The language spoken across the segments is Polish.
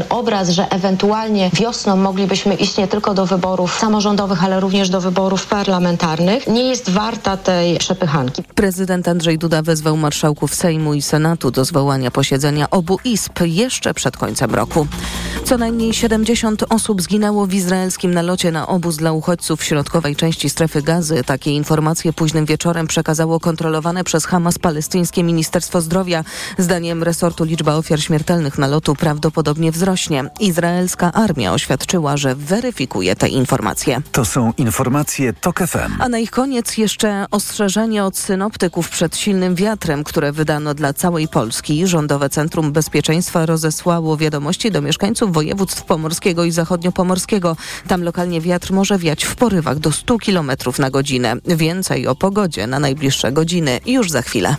obraz, że ewentualnie wiosną moglibyśmy iść nie tylko do wyborów samorządowych, ale również do wyborów parlamentarnych, nie jest warta tej przepychanki. Prezydent Andrzej Duda wezwał marszałków Sejmu i Senatu do zwołania posiedzenia obu izb jeszcze przed końcem roku. Co najmniej 70 osób zginęło w izraelskim nalocie na obóz dla uchodźców w środkowej części strefy Gazy. Takie informacje późnym wieczorem przekazało kontrolowane przez Hamas palestyńskie Ministerstwo Zdrowia. Zdaniem resortu liczba ofiar śmiertelnych nalotu prawdopodobnie wzrośnie. Izraelska armia oświadczyła, że weryfikuje te informacje. To są informacje TOK FM. A na ich koniec jeszcze ostrzeżenie od synoptyków przed silnym wiatrem, które wydano dla całej Polski. Rządowe Centrum Bezpieczeństwa rozesłało wiadomości do mieszkańców województw pomorskiego i zachodniopomorskiego. Tam lokalnie wiatr może wiać w porywach do 100 km na godzinę. Więcej o pogodzie na najbliższe godziny już za chwilę.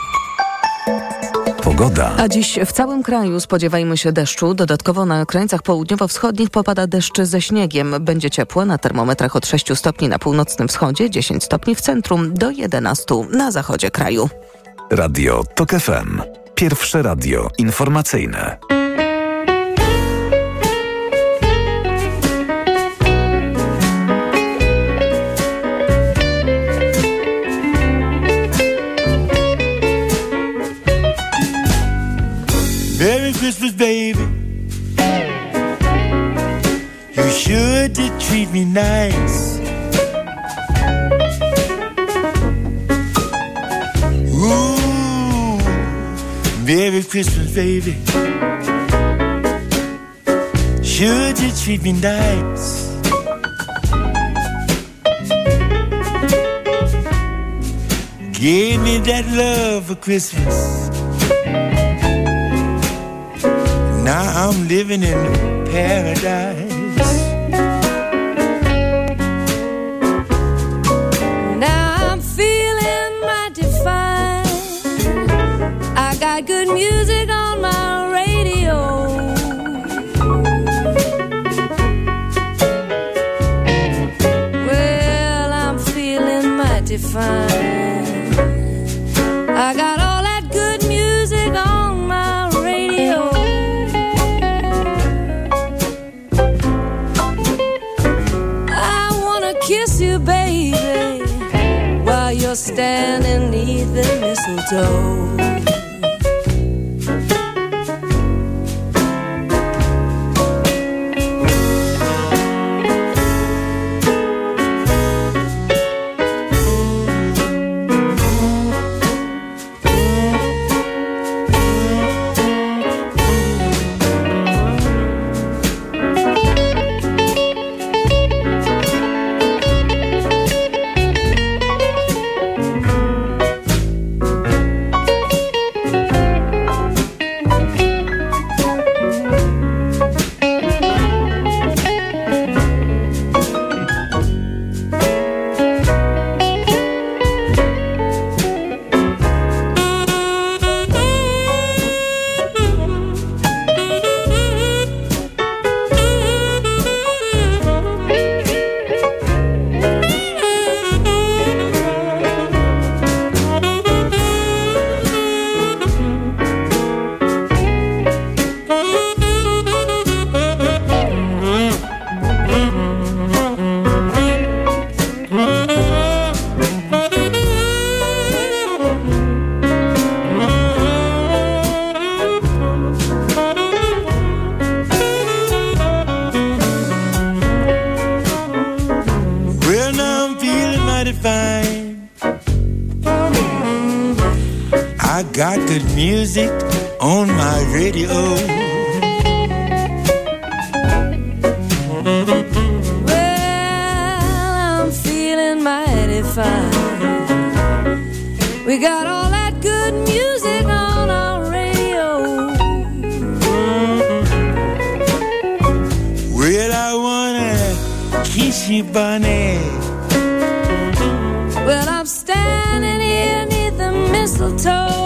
Pogoda. A dziś w całym kraju spodziewajmy się deszczu. Dodatkowo na krańcach południowo-wschodnich popada deszcz ze śniegiem. Będzie ciepło na termometrach od 6 stopni na północnym wschodzie, 10 stopni w centrum, do 11 na zachodzie kraju. Radio TOK FM. Pierwsze radio informacyjne. Merry Christmas, baby. You sure did treat me nice. Ooh, Merry Christmas, baby. Sure did treat me nice. Gave me that love for Christmas. Now I'm living in paradise. Now I'm feeling mighty fine. I got good music on my radio. Well, I'm feeling mighty fine. I got all that good music on my radio. Kiss you, baby, while you're standing neath the mistletoe. Got good music on my radio. Well, I'm feeling mighty fine. We got all that good music on our radio. Well, I wanna kiss you, bunny. Well, I'm standing here neath the mistletoe.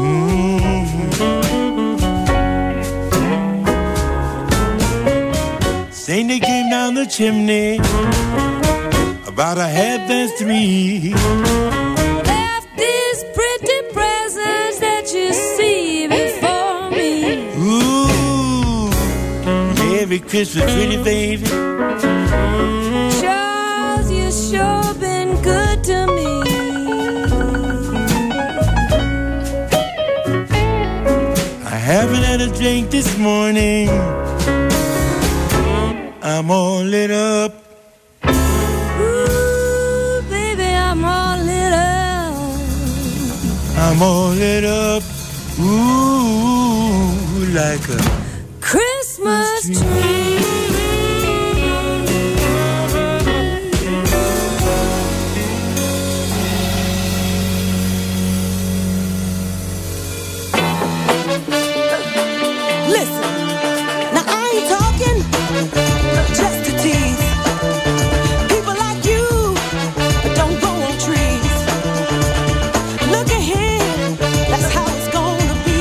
Saint they came down the chimney about 3:30. Left these pretty presents that you see before me. Ooh, Merry Christmas, pretty baby. Charles, you sure been good to me. I haven't had a drink this morning. I'm all lit up. Ooh, baby, I'm all lit up. I'm all lit up. Ooh, like a Christmas tree. Listen, now I ain't talking just to tease. People like you don't grow on trees. Look ahead, that's how it's gonna be.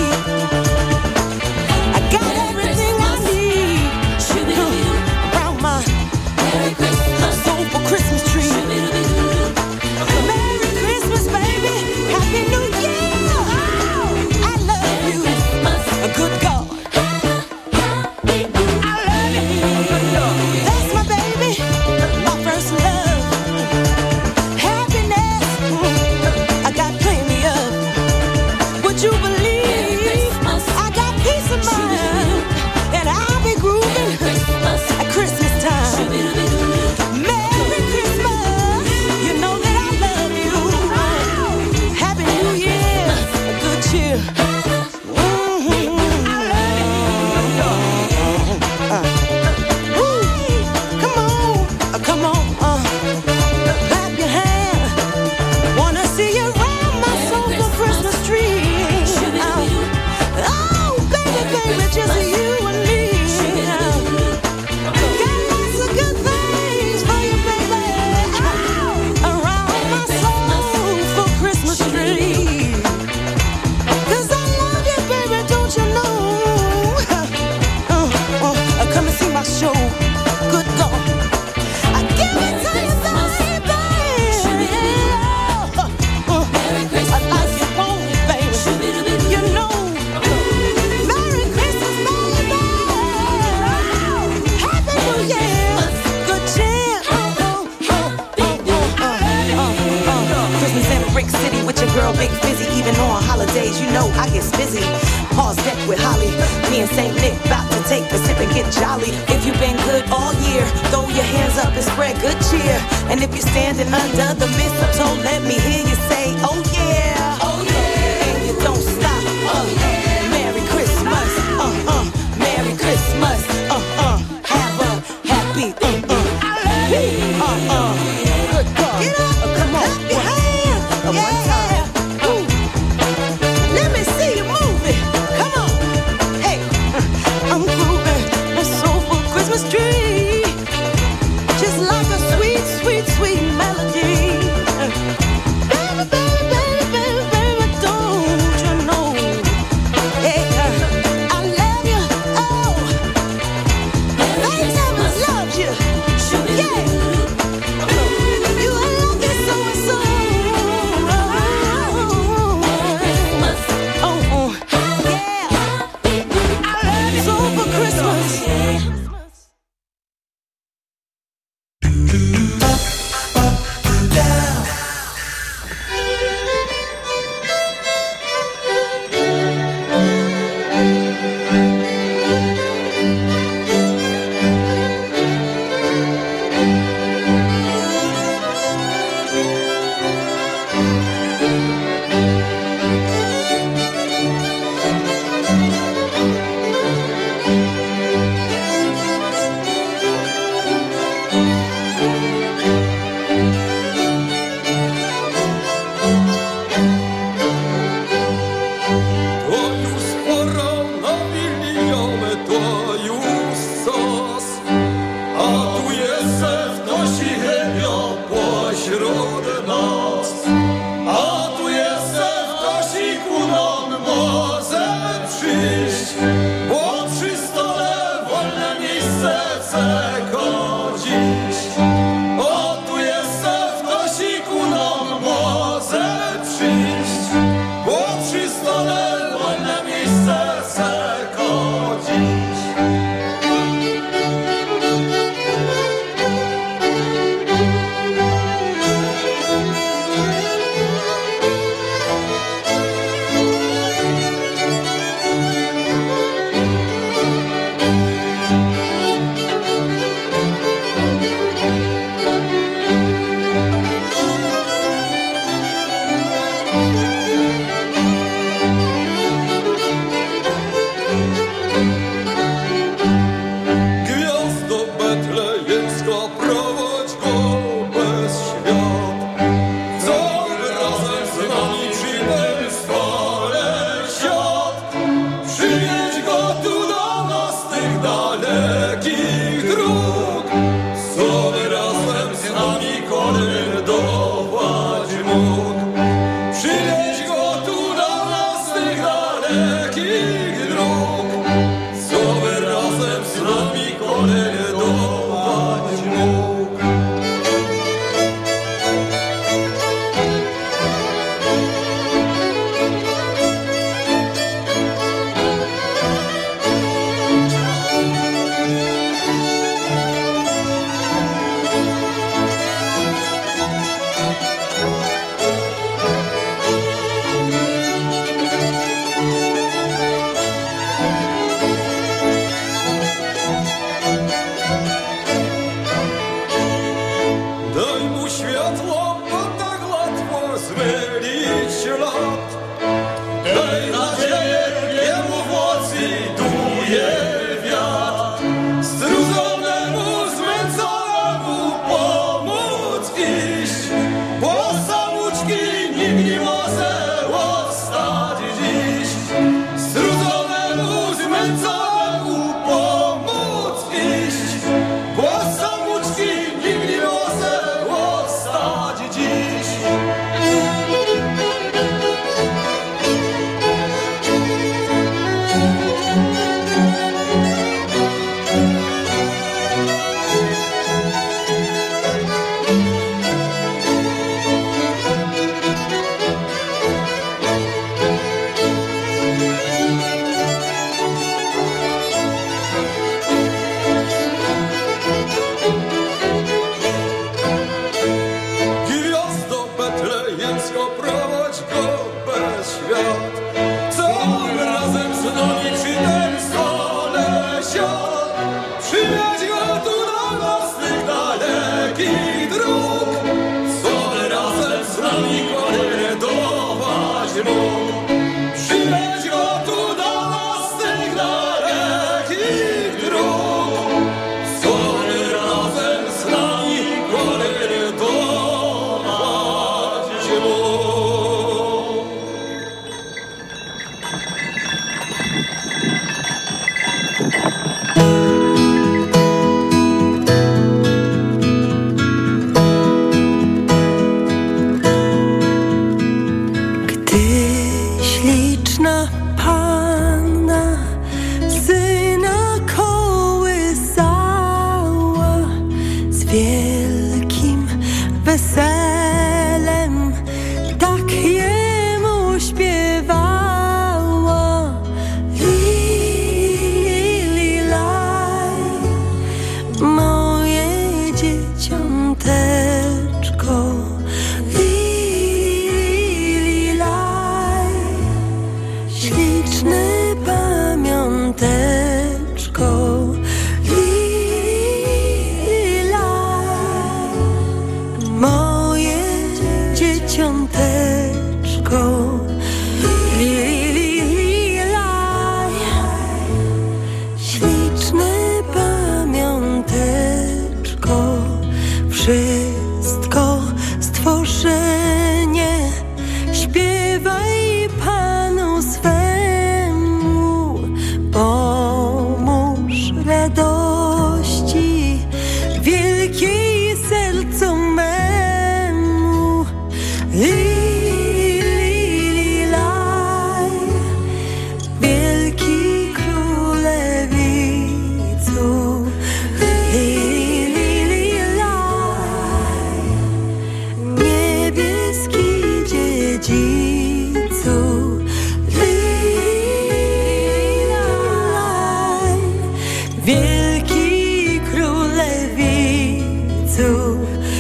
I got everything I need around my soulful Christmas tree. Merry Christmas, baby. Happy New Year. I love you. A good God. That's my baby, my first love. Happiness, I got plenty of. Would you believe I got peace of mind? And I'll be grooving at Christmas time. Merry Christmas, you know that I love you. Happy New Year, good cheer. Come on, clap your hand. Wanna see you round my soulful Christmas tree. Oh, baby, just you and me. Got lots of good things for you, baby. Around my soulful Christmas tree. 'Cause I love you, baby, don't you know? Come and see my show. Good God. I give it to you, baby. I like you, won't you, baby? You know. Merry Christmas, baby. Happy New Year. Good cheer. Christmas in Brick City with your girl Big Fizzy. Even on holidays, you know I get busy. Halls decked with holly. Me and St. Nick about to take a sip and get jolly. If you've been good all year, throw your hands up and spread good cheer. And if you're standing under the mistletoe, let me hear you say, oh yeah. Oh yeah. And you don't stop. Merry Christmas. Merry Christmas. Have a happy. Good God. Get up. Come on. Clap your hands. One time. Let me see you move it. Come on. Hey, I'm grooving a soulful Christmas tree. Just like a sweet, sweet, sweet melody. Baby, baby, baby, baby, baby, don't you know? Hey, I love you. Oh, I never loved you. Yeah. You are lucky so-and-so. Yeah. Soulful Christmas. Przywiedź go tu do nas z tych dalekich dróg, co by razem z nami koledować mógł. Przywiedź go tu do nas z tych dalekich dróg, co by razem z nami koledować mógł. Śliczna panna syna kołysała, z wielkim weselem tak jemu śpiewała. Li, laj, moje dzieciąteczko. Śliczne pamiąteczko, lilaj, moje dzieciąteczko, lilaj, śliczne pamiąteczko, wszystko stworzenie śpiewaj Panu swemu, pomóż radości wielkiej sercu memu. Lilaj, wielki królewicu, lilaj, niebieski dziedzicu, lilaj, wielki królewicu,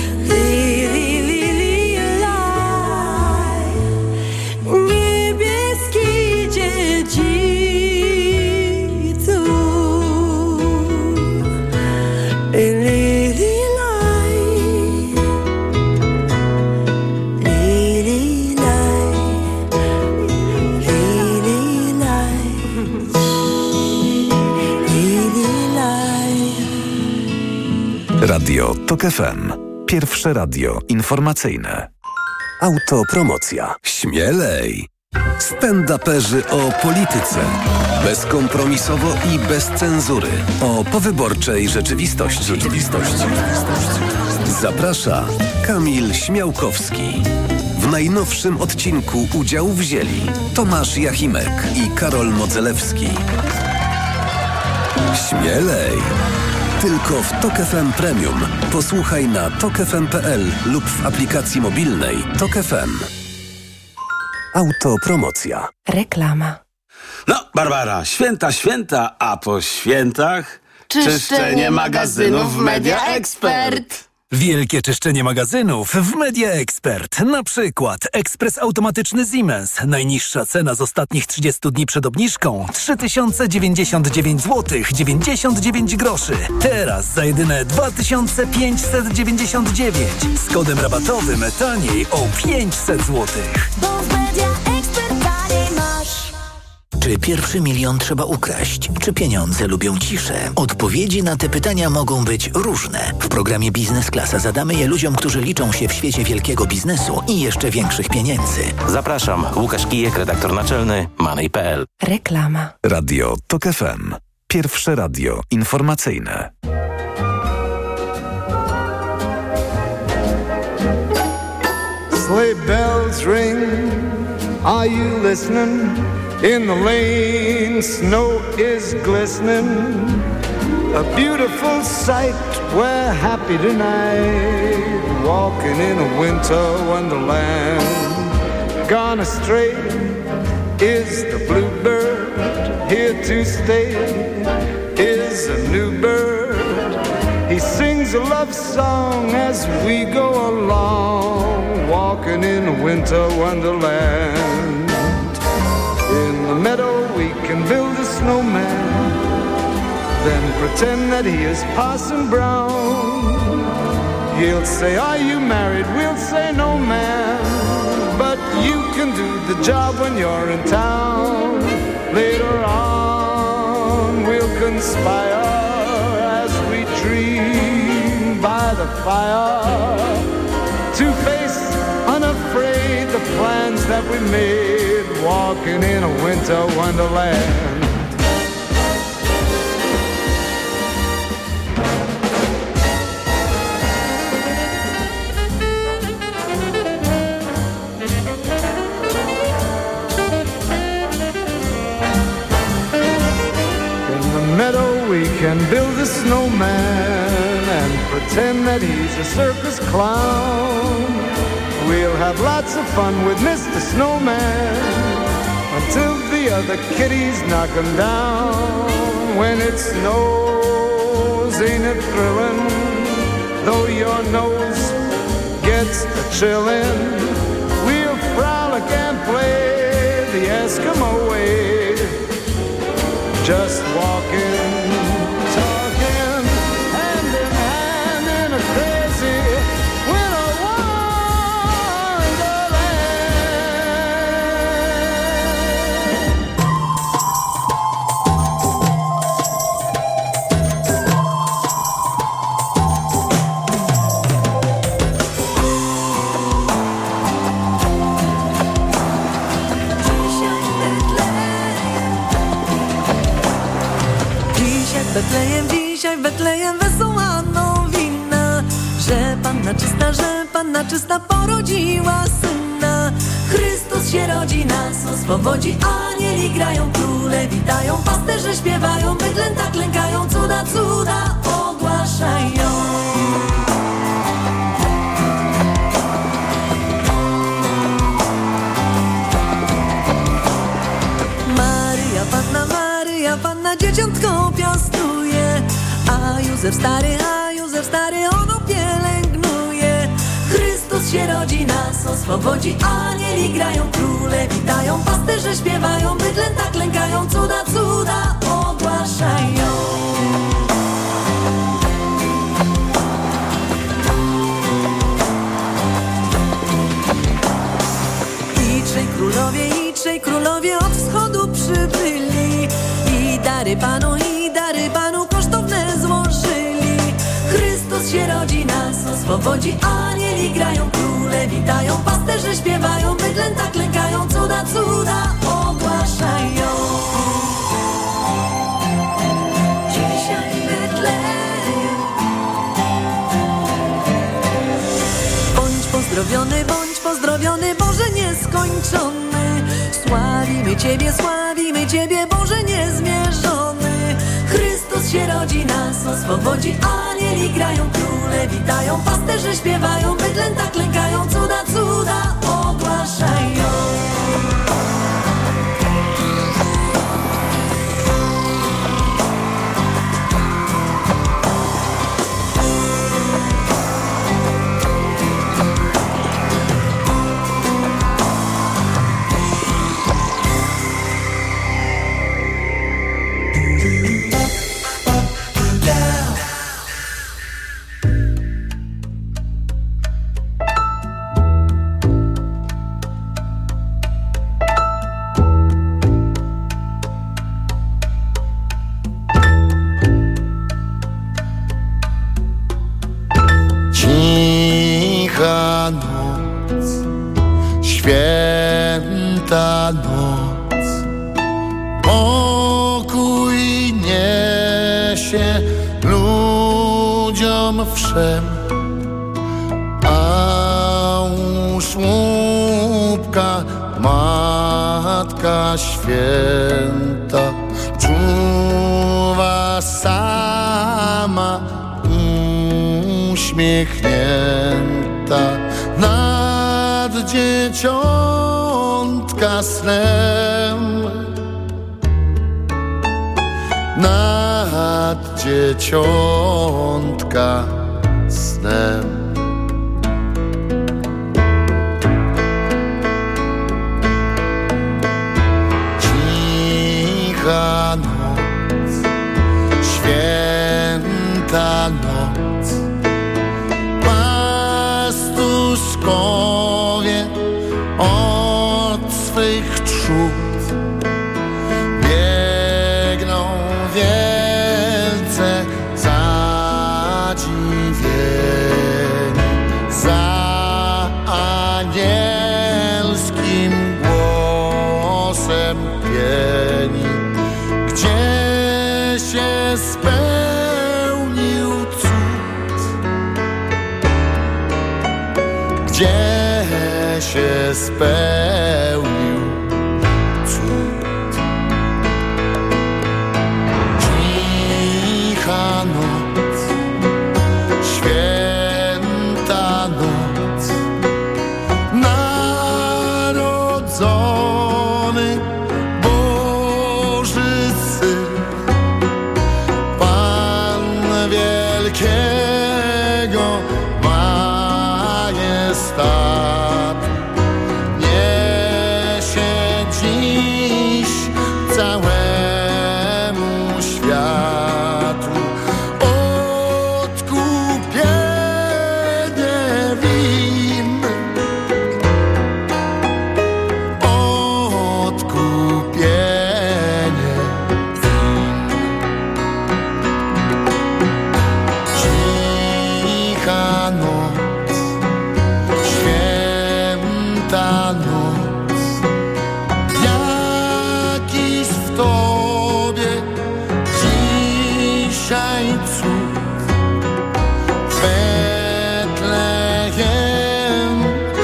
lilaj, niebieski dziedzicu, lilaj, Radio TOK FM. Pierwsze radio informacyjne. Autopromocja. Śmielej. Stand-uperzy o polityce. Bezkompromisowo i bez cenzury. O powyborczej rzeczywistości. Zaprasza Kamil Śmiałkowski. W najnowszym odcinku udział wzięli Tomasz Jachimek i Karol Modzelewski. Śmielej! Tylko w TOK FM Premium. Posłuchaj na tokfm.pl lub w aplikacji mobilnej TOK FM. Autopromocja. Reklama. No, Barbara, święta, a po świętach czyszczenie magazynów w Media Expert. Wielkie czyszczenie magazynów w Media Expert. Na przykład ekspres automatyczny Siemens. Najniższa cena z ostatnich 30 dni przed obniżką 3099 zł 99 groszy. Teraz za jedyne 2599. Z kodem rabatowym taniej o 500 zł. Bo w Media Expert taniej masz. Czy 1 milion trzeba ukraść? Czy pieniądze lubią ciszę? Odpowiedzi na te pytania mogą być różne. W programie Biznes Klasa zadamy je ludziom, którzy liczą się w świecie wielkiego biznesu i jeszcze większych pieniędzy. Zapraszam, Łukasz Kijek, redaktor naczelny Money.pl. Reklama. Radio TOK FM. Pierwsze radio informacyjne. Sleigh bells ring, are you listening? In the lane, snow is glistening. A beautiful sight, we're happy tonight, walking in a winter wonderland. Gone astray is the bluebird, here to stay is a new bird. He sings a love song as we go along, walking in a winter wonderland. In the meadow we can build a snowman, then pretend that he is Parson Brown. He'll say, are you married? We'll say, no, man. But you can do the job when you're in town. Later on, we'll conspire as we dream by the fire to face unafraid the plans that we made, walking in a winter wonderland. We can build a snowman and pretend that he's a circus clown. We'll have lots of fun with Mr. Snowman until the other kitties knock him down. When it snows, ain't it thrilling? Though your nose gets a chillin', we'll frolic and play the Eskimo way, just walking, talking, hand in hand in a crazy winter Dzisiaj w Betlejem wesoła nowina, że Panna czysta porodziła syna. Chrystus się rodzi, nas oswobodzi, anieli grają, króle witają, pasterze śpiewają, bydlęta klękają, cuda, cuda ogłaszają. Maryja Panna dzieciątko piastuje, a Józef stary ono pielęgnuje. Chrystus się rodzi, nas oswobodzi, anieli grają, króle witają, pasterze śpiewają, bydlęta klękają, cuda, cuda ogłaszają. I trzej królowie od wschodu przybyli i dary Panu kosztowne złożyli. Chrystus się rodzi, nas oswobodzi, anieli grają, króle witają, pasterze śpiewają, bydlęta klękają, cuda, cuda ogłaszają. Dzisiaj Betlejem. Bądź pozdrowiony, Boże nieskończony. Sławimy Ciebie, Boże niezmierzony. Chrystus się rodzi, nas oswobodzi, anieli grają, króle witają, pasterze śpiewają, bydlęta klękają, cuda, cuda ogłaszają. Święta noc, pokój niesie ludziom wszem, a u słupka Matka Święta czuwa sama, uśmiechnięta nad dzieciątka snem, nad dzieciątka snem. Cicha noc, święta Święta noc, pastuszkowie od swych trzód biegną wielce zadziwieni za anielskim głosem pieni, gdzie się spełnił cud, gdzie się spełnił cud. Cicha noc, święta noc, narodzony Boży Syn, Pan wielkiego majestatu, niesie dziś całemu światu odkupienie win, odkupienie win. Cicha noc, święta noc, jakiś w Tobie dzisiaj cud. W Betlejem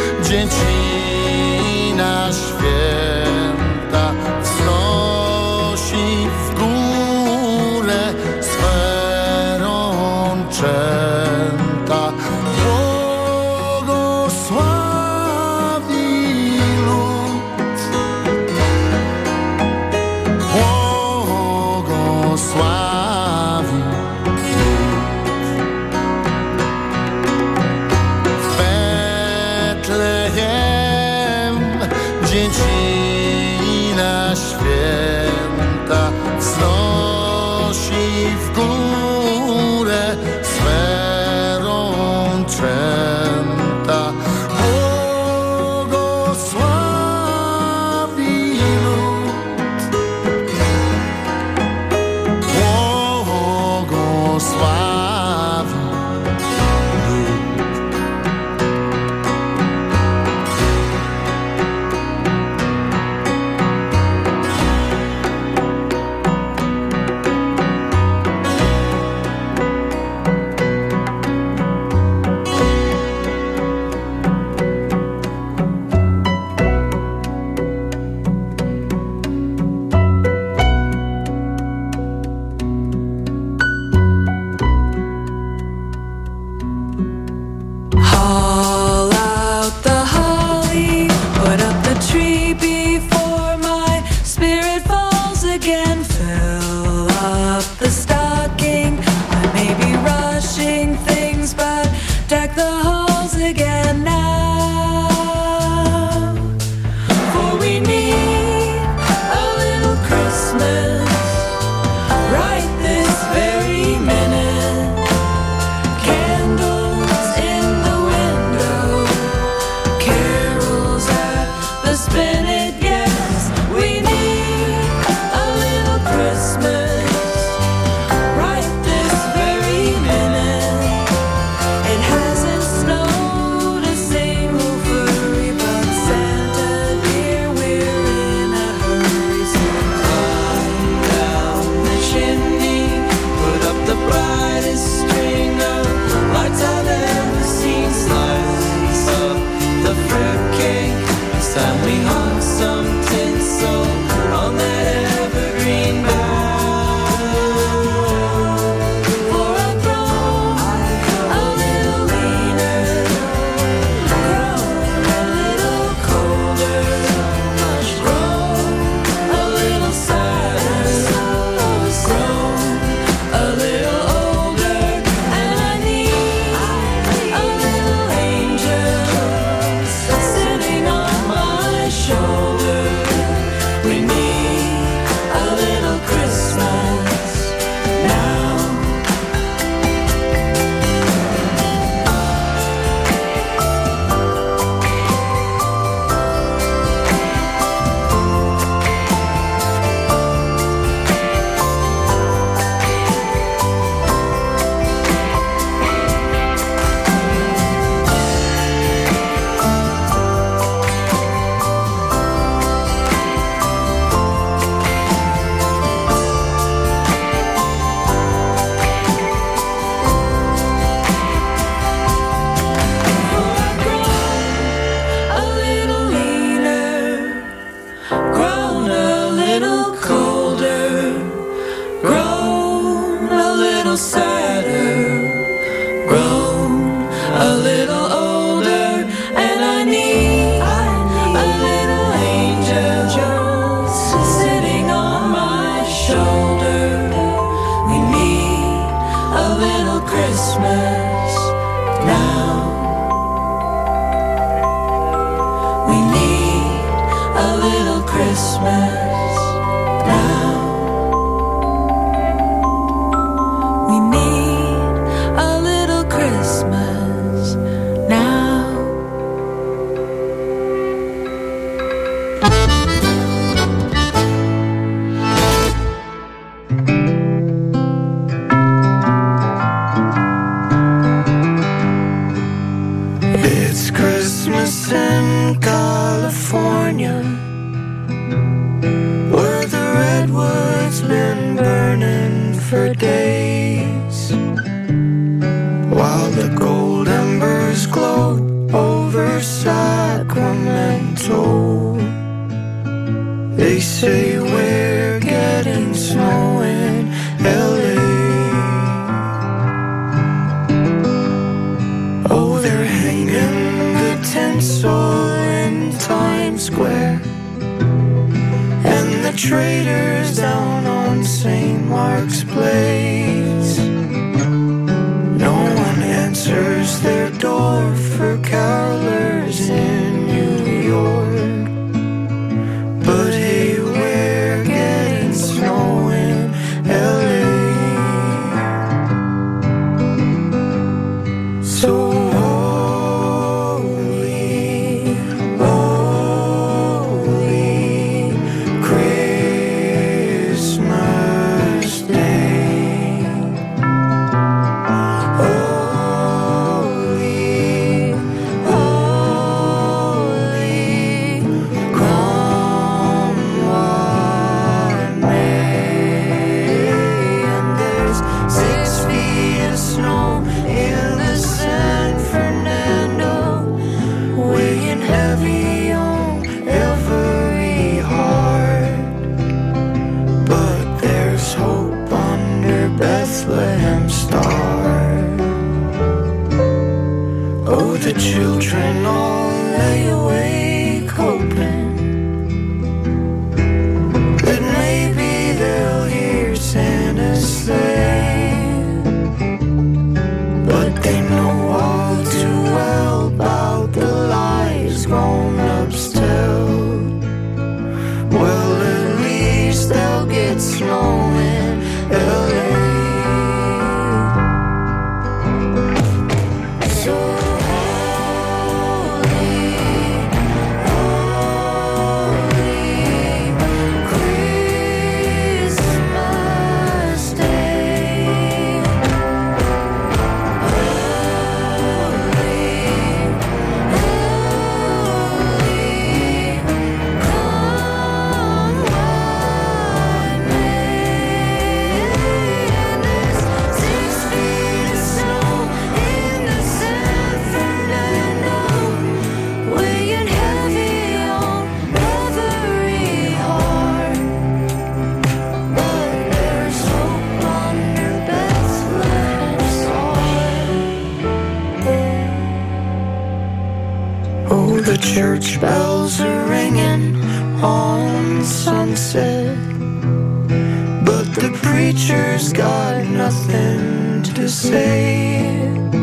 dziecina święta wznosi w górę swe rączęta. Błogosławi lud, błogosławi lud. W Betlejem dziecina święta wznosi w górę swe rączęta. Błogosławi lud, błogosławi lud. little Christmas now. We need a little Christmas now. We need a little Christmas now. It's Christmas in California, where the redwood's been burning for days, while the gold embers glow over Sacramento. They say we're getting snow in LA. Oh, they're hanging the tinsel in Times Square, and the traders down on St. Mark's Place. No one answers their door for carolers in New York, but hey, we're getting snow in LA. So holy, holy Christmas Day. Holy, holy, come what may. And there's 6 feet of snow in the San Fernando, weighing heavy on every heart. But there's hope under Bethlehem's star. Oh, the children all lay awake hoping that maybe they'll hear Santa's sleigh. But they know all too well about the lies grown-ups tell. Well, at least they'll get snow in LA. So holy, holy Christmas Day. Oh, the church bells are ringing on sunset, but the preacher's got nothing to say.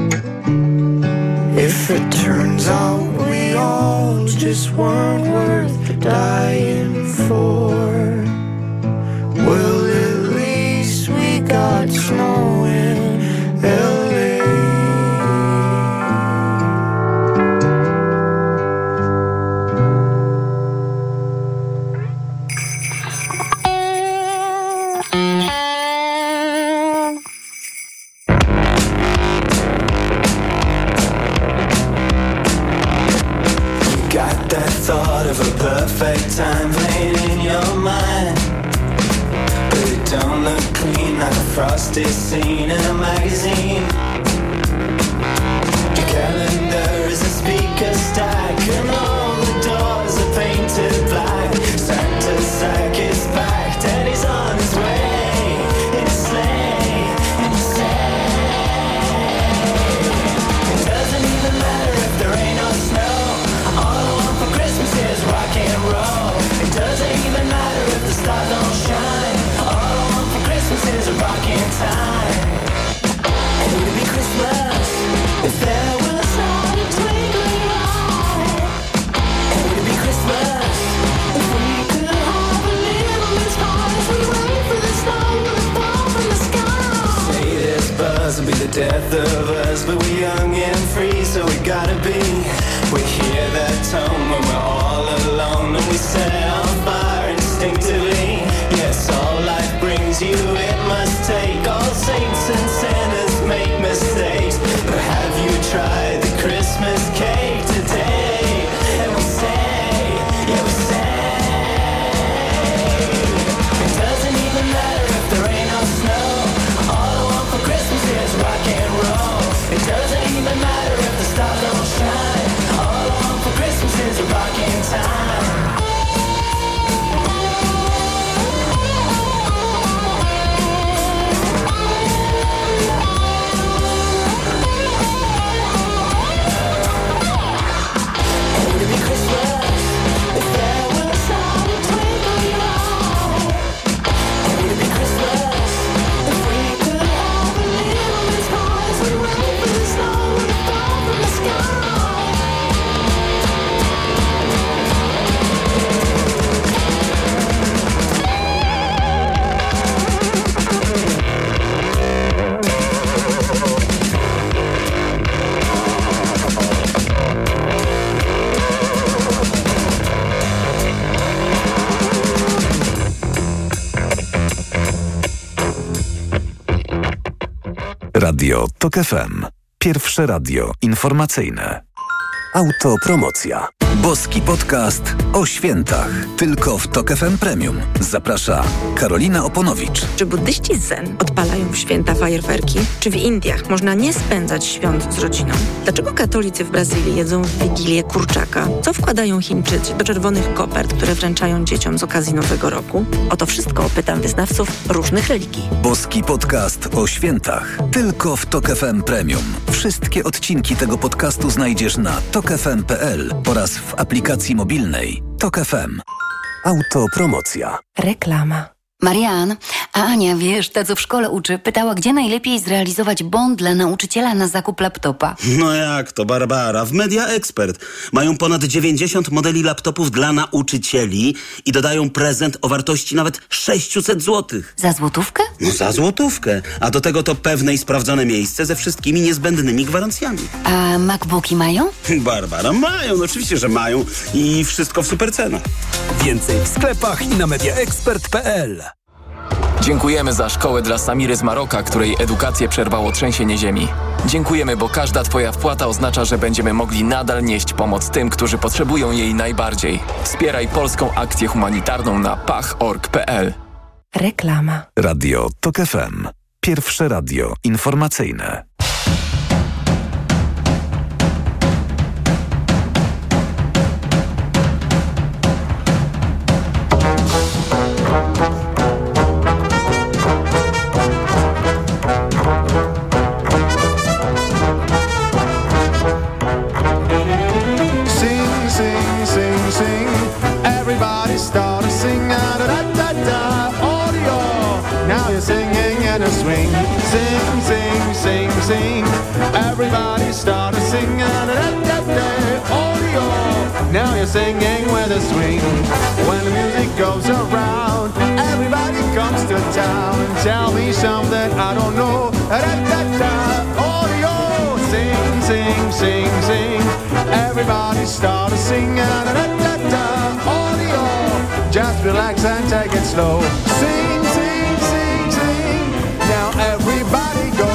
If it turns out we all just weren't worth dying for, well, at least we got snow in LA. Got that thought of a perfect time playing in your mind, but it don't look clean like a frosty scene in a magazine. Your calendar is a speaker stack, and all the doors are painted black. Santa's sack is packed and he's on his way in a sleigh, in a sleigh. It doesn't even matter if there ain't no snow. All I want for Christmas is rock and roll. It doesn't even matter if the stars don't shine. All I want for Christmas is a rockin' time. death of us, but we're young and free, so we gotta be. We hear that tone when we're all alone, and we set on fire instinctively. Yes, all life brings you, it must take. All saints and sinners make mistakes, but have you tried the Christmas cake today? And we say, yeah, we say, it doesn't even matter if there ain't no snow. All I want for Christmas is rock and roll. It doesn't even matter if the stars don't shine. All I want for Christmas is a rockin' time. Radio TOK FM. Pierwsze radio informacyjne. Autopromocja. Boski podcast o świętach. Tylko w TOK FM Premium. Zaprasza Karolina Oponowicz. Czy buddyści zen odpalają w święta fajerwerki? Czy w Indiach można nie spędzać świąt z rodziną? Dlaczego katolicy w Brazylii jedzą w Wigilię kurczaka? Co wkładają Chińczycy do czerwonych kopert, które wręczają dzieciom z okazji Nowego Roku? O to wszystko pytam wyznawców różnych religii. Boski podcast o świętach. Tylko w TOK FM Premium. Wszystkie odcinki tego podcastu znajdziesz na tokfm.pl oraz w aplikacji mobilnej TOK FM. Autopromocja. Reklama. Marian, a Ania, wiesz, ta co w szkole uczy, pytała, gdzie najlepiej zrealizować bon dla nauczyciela na zakup laptopa. No jak to, Barbara? W Media Expert mają ponad 90 modeli laptopów dla nauczycieli i dodają prezent o wartości nawet 600 zł. Za złotówkę? No za złotówkę. A do tego to pewne i sprawdzone miejsce ze wszystkimi niezbędnymi gwarancjami. A MacBooki mają? Barbara, mają, no oczywiście, że mają i wszystko w super cenach. Więcej w sklepach i na mediaexpert.pl. Dziękujemy za szkołę dla Samiry z Maroka, której edukację przerwało trzęsienie ziemi. Dziękujemy, bo każda Twoja wpłata oznacza, że będziemy mogli nadal nieść pomoc tym, którzy potrzebują jej najbardziej. Wspieraj polską akcję humanitarną na pach.org.pl. Reklama. Radio TOK FM. Pierwsze radio informacyjne. Swing, sing, sing, sing, sing. Everybody started singing. Oh, now you're singing with a swing. When the music goes around, everybody comes to town and tell me something I don't know. Oh, sing, sing, sing, sing. Everybody started singing. Oh, just relax and take it slow. Sing, sing, sing, sing. Now everybody go.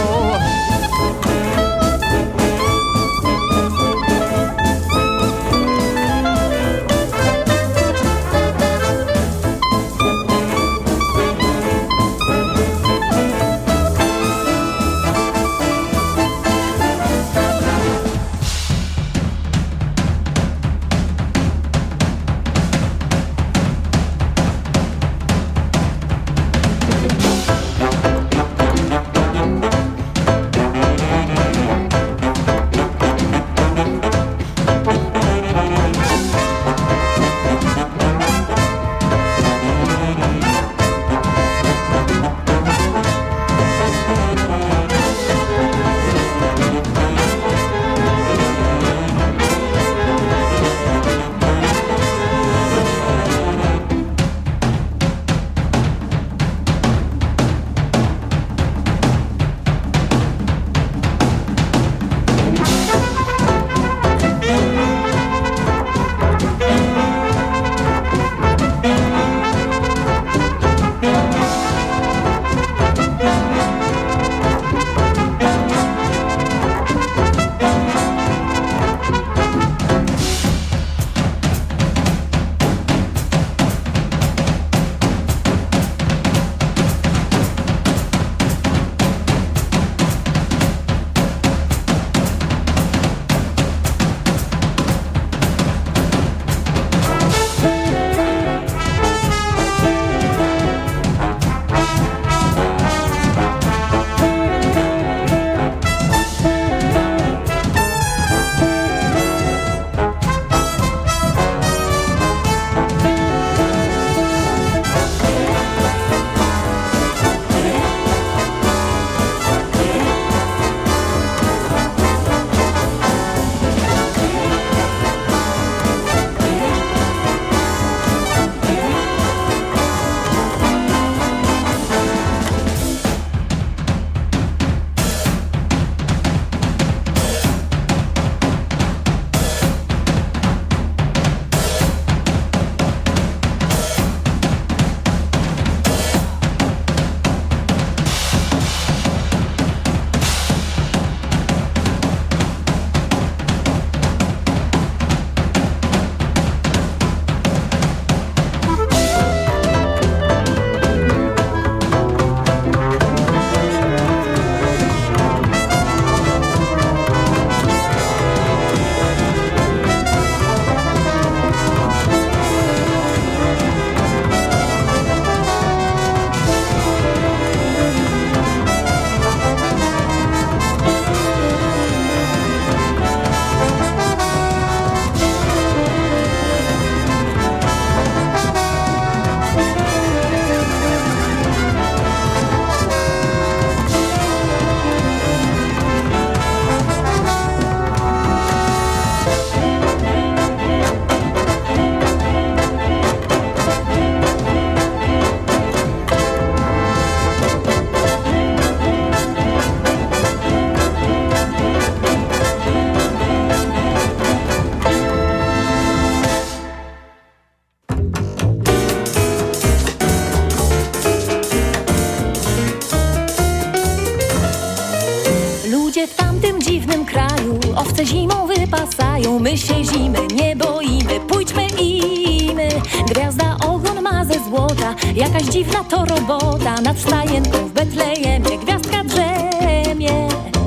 Ludzie w tamtym dziwnym kraju owce zimą wypasają. My się zimy nie boimy, pójdźmy i my. Gwiazda ogon ma ze złota, jakaś dziwna to robota. Nad stajenką w Betlejemie gwiazdka drzemie.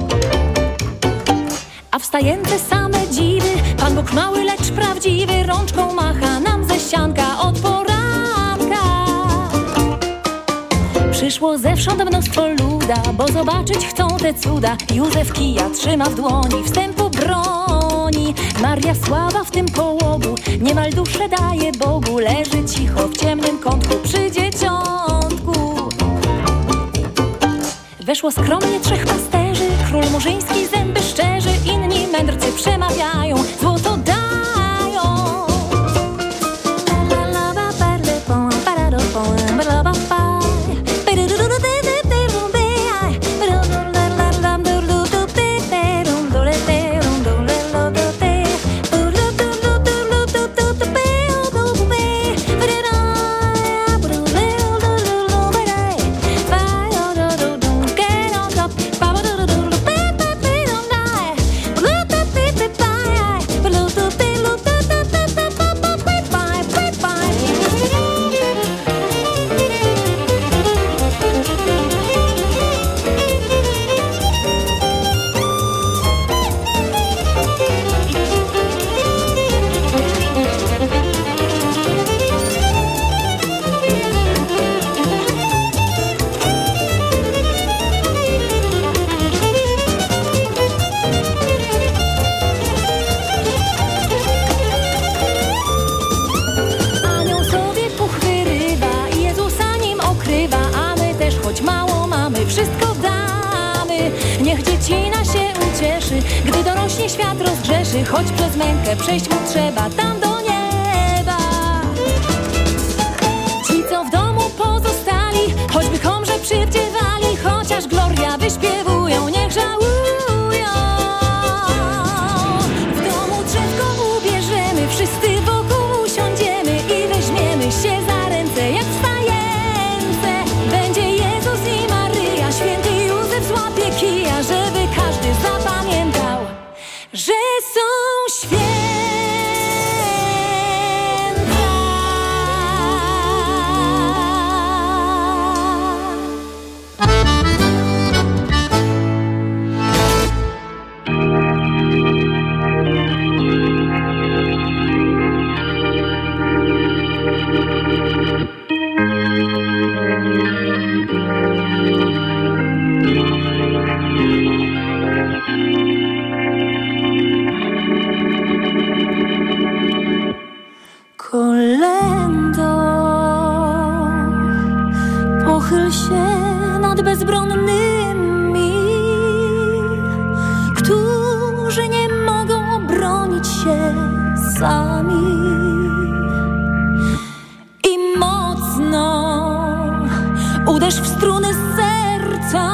A w stajence same dziwy, Pan Bóg mały, lecz prawdziwy, rączką macha nam ze ścianka od poranka. Przyszło zewsząd mnóstwo luda, bo zobaczyć chcą te cuda. Józef kija trzyma w dłoni, wstępu broni. Maria sława w tym połogu, niemal duszę daje Bogu. Leży cicho w ciemnym kątku przy dzieciątku. Weszło skromnie 3 pasterzy, król murzyński zęby szczerzy. Inni mędrcy przemawiają, złoto dają. Gdy dorośnie świat rozgrzeszy, choć przez mękę przejść mu trzeba tam do nieba. Ci, co w domu pozostali, choćby chomrze przywdziewali, chociaż gloria wyśpiewują, niech żałują. W domu drzewko ubierzemy, wszyscy wokół usiądziemy i weźmiemy się za ręce jak w stajence. Będzie Jezus i Maryja, święty Józef złapie kija, żeby każdy zapamiętał, że są święta. Kolędo, pochyl się nad bezbronnymi, którzy nie mogą obronić się sami. I mocno uderz w struny serca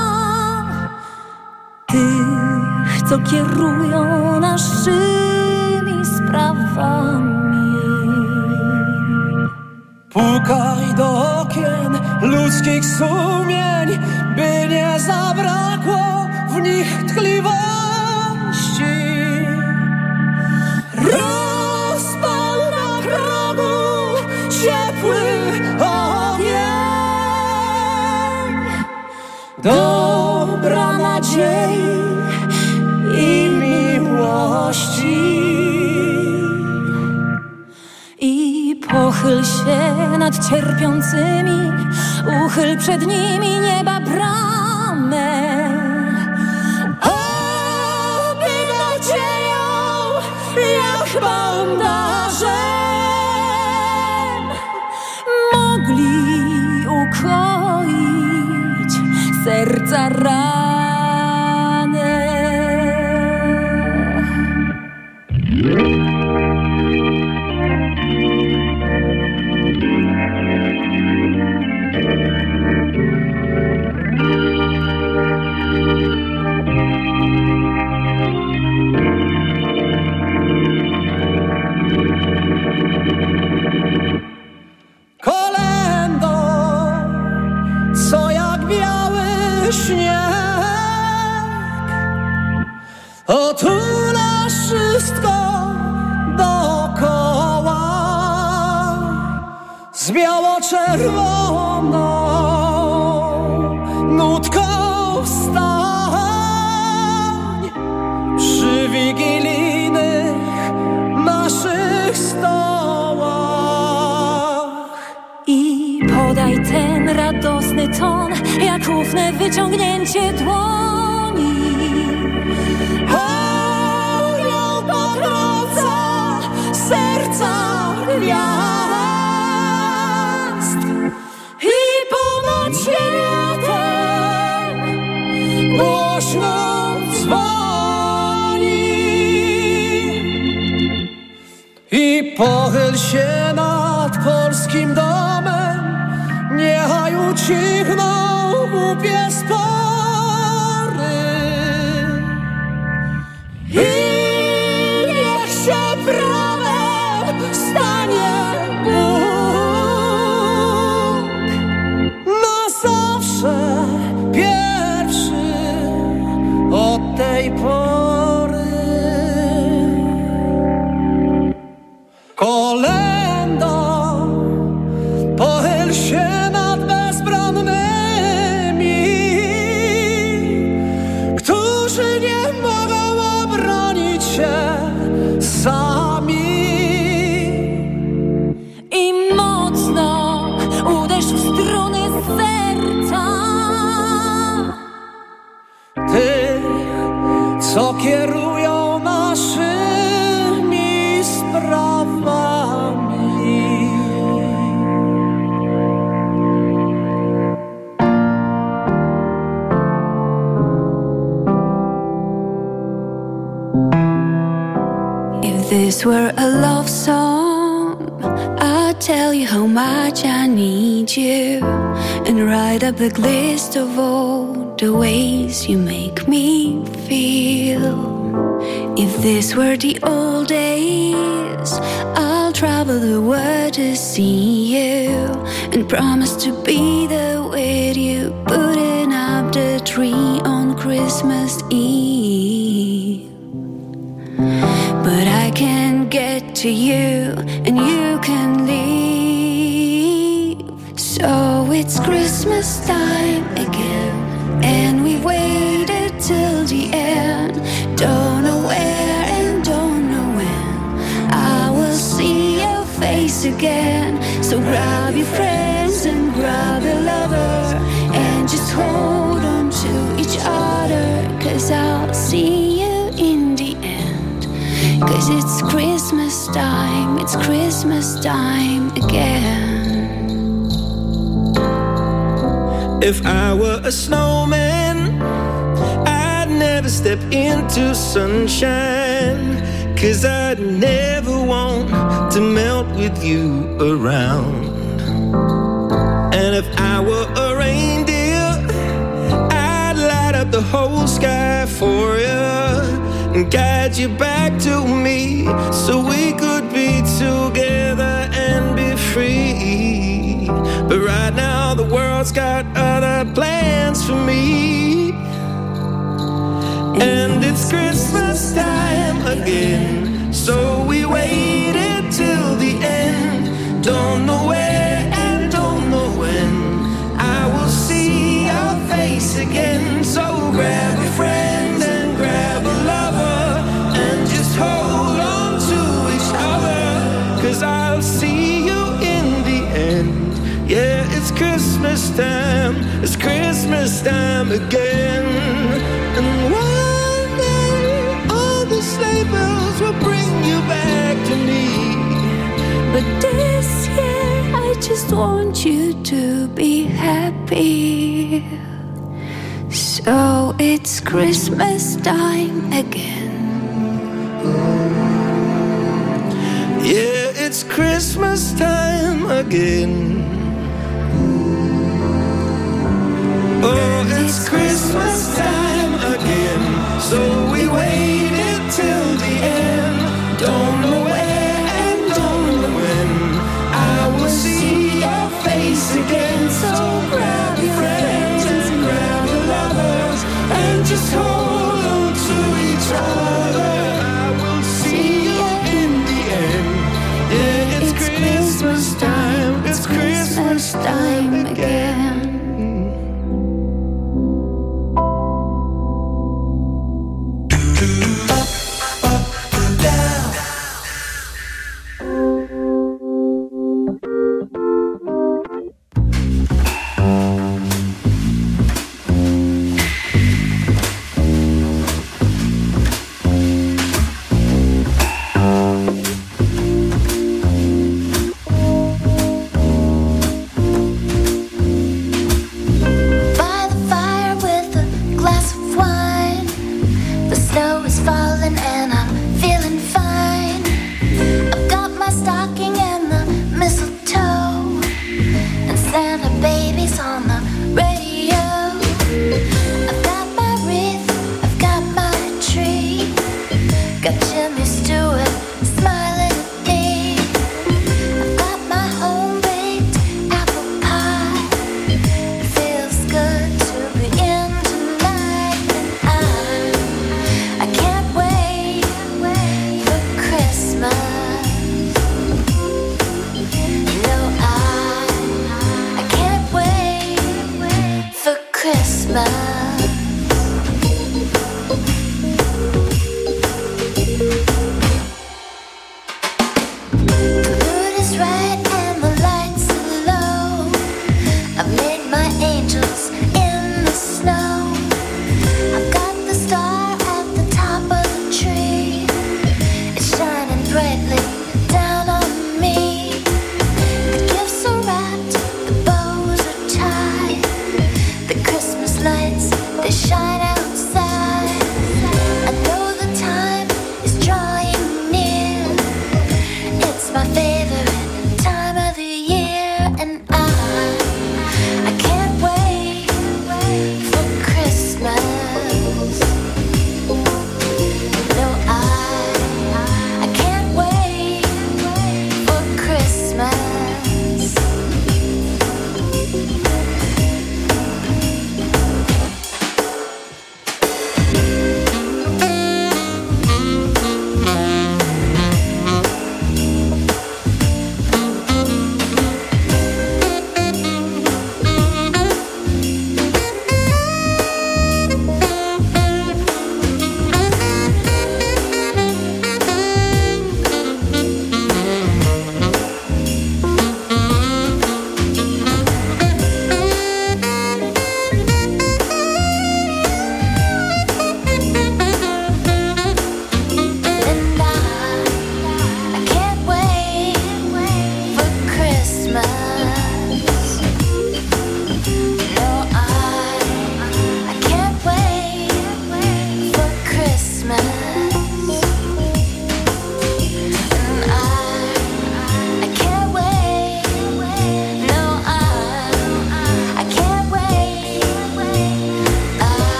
tych, co kierują naszymi sprawami. Pukaj do okien ludzkich sumień, by nie zabrakło w nich tkliwości. Rozpal na progu ciepły ogień dobra nadziei i miłości. I pochyl się nad cierpiącymi, uchyl przed nimi nieba bramę. Aby nadzieją jak bandażem mogli ukoić serca rany. otula wszystko dookoła z biało-czerwoną nutką wstań przy wigilijnych naszych stołach i podaj ten radosny ton, jak ufne wyciągnięcie dłoni. Orioł pokroca serca gwiazd i ponad światem głośno dzwoni. I pochyl się nad polskim domem, niechaj ucichną głupie spory. I niech się prawem stanie Bóg na zawsze pierwszy od tej pory. Kolędo, pochyl się nad bezbronnymi, którzy nie mogą obronić się sami. I mocno uderz w struny serca Tych, co kierują naszymi sprawami. If this were a love song, I'd tell you how much I need you and write a big list of all the ways you make me feel. If this were the old days, I'll travel the world to see you and promise to be there with you, putting up the tree on Christmas Eve. But I can't get to you and you can leave. So it's Christmas time again, and we waited till the end. Don't know where and don't know when I will see your face again. So grab your friends and grab your lover and just hold on to each other, 'cause I'll see you in the end. 'Cause it's Christmas time again. If I were a snowman, I'd never step into sunshine, 'cause I'd never want to melt with you around. And if I were a reindeer, I'd light up the whole sky for you and guide you back to me, so we could be together and be free. But right now the world's got other plans for me, and it's Christmas time again, so we waited till the end. Don't know where and don't know when I will see your face again. So grab a friend and grab a lover and just hold on to each other, 'cause I'll see you in the end. Yeah, it's Christmas time again. And one day all the sleigh bells will bring you back to me. But this year I just want you to be happy. So it's Christmas time again. Yeah, it's Christmas time again. Oh, it's Christmas time again, so we waited till the end. Don't know where and don't know when I will see your face again. So grab your friends and grab your lovers and just hold on to each other.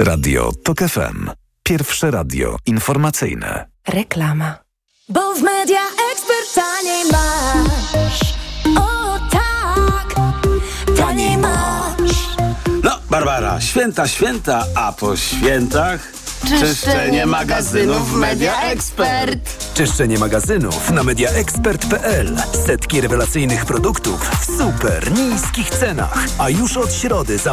Radio TOK FM. Pierwsze radio informacyjne. Reklama. Bo w Media Expert taniej masz. O tak, taniej masz. No, Barbara, święta, a po świętach... Czyszczenie magazynów w Media Expert. Czyszczenie magazynów na mediaexpert.pl. Setki rewelacyjnych produktów w super niskich cenach. A już od środy